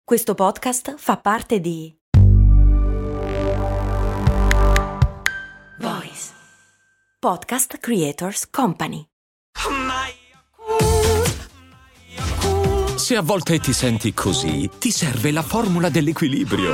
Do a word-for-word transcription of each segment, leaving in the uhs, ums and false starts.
Questo podcast fa parte di Voice Podcast Creators Company. Se a volte ti senti così, ti serve la formula dell'equilibrio.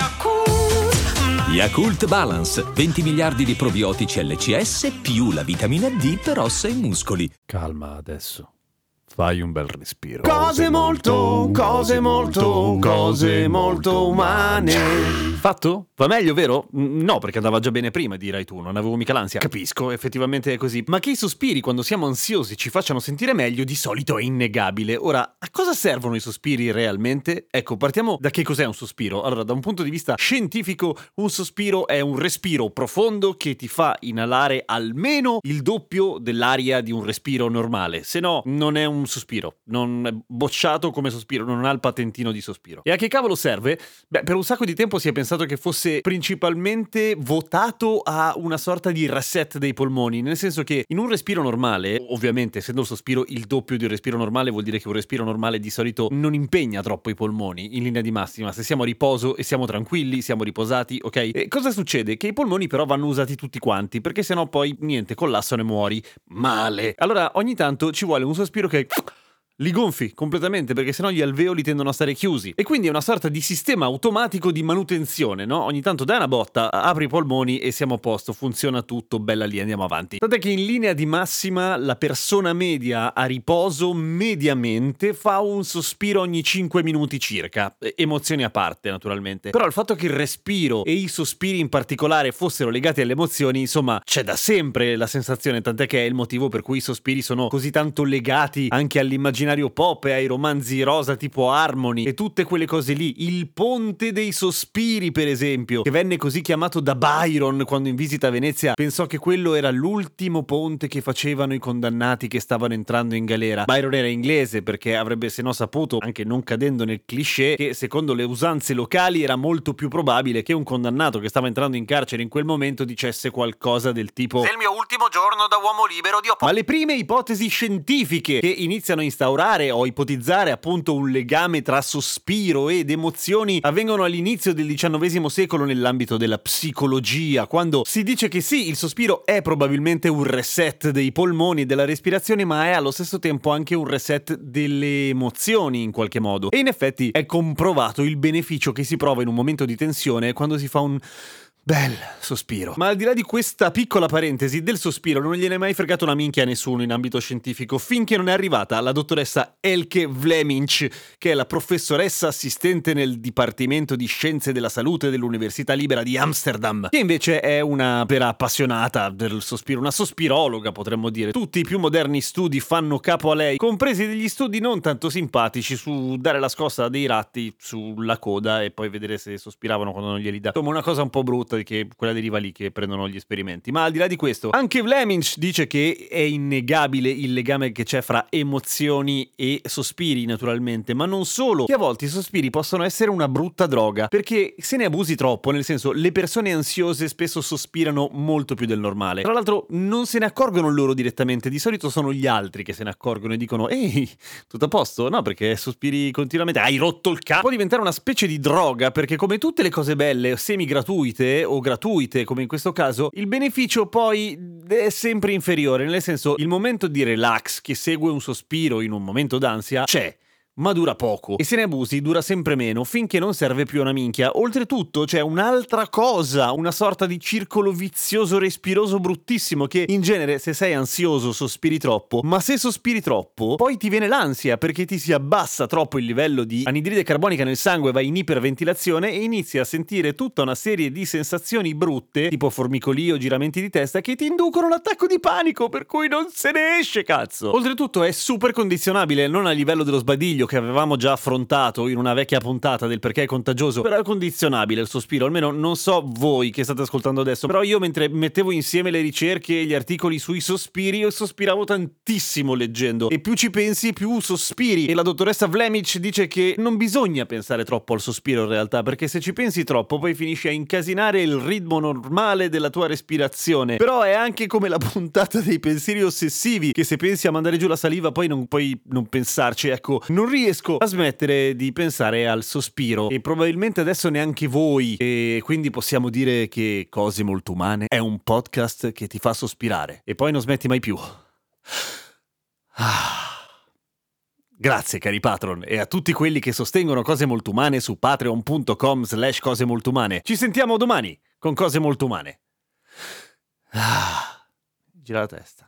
Yakult Balance, venti miliardi di probiotici L C S più la vitamina D per ossa e muscoli. Calma adesso. Fai un bel respiro. Cose molto, cose molto, cose molto umane. Fatto? Va meglio, vero? No, perché andava già bene prima, dirai tu, non avevo mica l'ansia. Capisco, effettivamente è così. Ma che i sospiri quando siamo ansiosi ci facciano sentire meglio di solito è innegabile. Ora, a cosa servono i sospiri realmente? Ecco, partiamo da che cos'è un sospiro. Allora, da un punto di vista scientifico, un sospiro è un respiro profondo che ti fa inalare almeno il doppio dell'aria di un respiro normale. Se no, non è un sospiro, non è bocciato come sospiro, non ha il patentino di sospiro. E a che cavolo serve? Beh, per un sacco di tempo si è pensato che fosse principalmente votato a una sorta di reset dei polmoni, nel senso che in un respiro normale, ovviamente essendo il sospiro il doppio di un respiro normale, vuol dire che un respiro normale di solito non impegna troppo i polmoni in linea di massima. Se siamo a riposo e siamo tranquilli, siamo riposati, ok? E cosa succede? Che i polmoni però vanno usati tutti quanti, perché sennò poi niente, collassano e muori male. Allora ogni tanto ci vuole un sospiro che li gonfi completamente, perché sennò gli alveoli tendono a stare chiusi. E quindi è una sorta di sistema automatico di manutenzione, no? Ogni tanto dai una botta, apri i polmoni e siamo a posto, funziona tutto, bella lì, andiamo avanti. Tant'è che in linea di massima la persona media a riposo mediamente fa un sospiro ogni cinque minuti circa, emozioni a parte naturalmente. Però il fatto che il respiro e i sospiri in particolare fossero legati alle emozioni, insomma, c'è da sempre la sensazione, tant'è che è il motivo per cui i sospiri sono così tanto legati anche all'immaginario pop e ai romanzi rosa tipo Harmony e tutte quelle cose lì. Il ponte dei sospiri, per esempio, che venne così chiamato da Byron quando in visita a Venezia pensò che quello era l'ultimo ponte che facevano i condannati che stavano entrando in galera. Byron era inglese perché avrebbe se no saputo, anche non cadendo nel cliché, che secondo le usanze locali era molto più probabile che un condannato che stava entrando in carcere in quel momento dicesse qualcosa del tipo: È il mio ultimo giorno da uomo libero di oppo. Ma le prime ipotesi scientifiche che iniziano a instaurare o ipotizzare appunto un legame tra sospiro ed emozioni avvengono all'inizio del diciannovesimo secolo nell'ambito della psicologia, quando si dice che sì, il sospiro è probabilmente un reset dei polmoni e della respirazione, ma è allo stesso tempo anche un reset delle emozioni in qualche modo. E in effetti è comprovato il beneficio che si prova in un momento di tensione quando si fa un bel sospiro. Ma al di là di questa piccola parentesi, del sospiro non gliene è mai fregato una minchia a nessuno in ambito scientifico, finché non è arrivata la dottoressa Elke Vleming, che è la professoressa assistente nel Dipartimento di Scienze della Salute dell'Università Libera di Amsterdam, che invece è una vera appassionata del sospiro, una sospirologa potremmo dire. Tutti i più moderni studi fanno capo a lei, compresi degli studi non tanto simpatici su dare la scossa dei ratti sulla coda e poi vedere se sospiravano quando non glieli dà. Insomma, una cosa un po' brutta, che quella deriva lì che prendono gli esperimenti. Ma al di là di questo, anche Vleming dice che è innegabile il legame che c'è fra emozioni e sospiri, naturalmente, ma non solo, che a volte i sospiri possono essere una brutta droga, perché se ne abusi troppo, nel senso, le persone ansiose spesso sospirano molto più del normale. Tra l'altro non se ne accorgono loro direttamente, di solito sono gli altri che se ne accorgono e dicono: ehi, tutto a posto? No, perché sospiri continuamente, hai rotto il cazzo. Può diventare una specie di droga, perché come tutte le cose belle, semi gratuite o gratuite come in questo caso, il beneficio poi è sempre inferiore, nel senso, il momento di relax che segue un sospiro in un momento d'ansia c'è, ma dura poco, e se ne abusi dura sempre meno, finché non serve più una minchia. Oltretutto c'è un'altra cosa, una sorta di circolo vizioso respiroso bruttissimo, che in genere se sei ansioso sospiri troppo, ma se sospiri troppo poi ti viene l'ansia, perché ti si abbassa troppo il livello di anidride carbonica nel sangue, vai in iperventilazione e inizi a sentire tutta una serie di sensazioni brutte, tipo formicolio, giramenti di testa, che ti inducono l'attacco di panico, per cui non se ne esce, cazzo. Oltretutto è super condizionabile, non a livello dello sbadiglio che avevamo già affrontato in una vecchia puntata del perché è contagioso, però è condizionabile il sospiro, almeno non so voi che state ascoltando adesso, però io mentre mettevo insieme le ricerche e gli articoli sui sospiri, io sospiravo tantissimo leggendo, e più ci pensi più sospiri, e la dottoressa Vleming dice che non bisogna pensare troppo al sospiro in realtà, perché se ci pensi troppo poi finisci a incasinare il ritmo normale della tua respirazione. Però è anche come la puntata dei pensieri ossessivi, che se pensi a mandare giù la saliva poi non puoi non pensarci, ecco, non riesco a smettere di pensare al sospiro e probabilmente adesso neanche voi, e quindi possiamo dire che Cose Molto Umane è un podcast che ti fa sospirare e poi non smetti mai più. Ah. Grazie cari patron e a tutti quelli che sostengono Cose Molto Umane su patreon punto com slash cose molto umane. Ci sentiamo domani con Cose Molto Umane. Ah, gira la testa.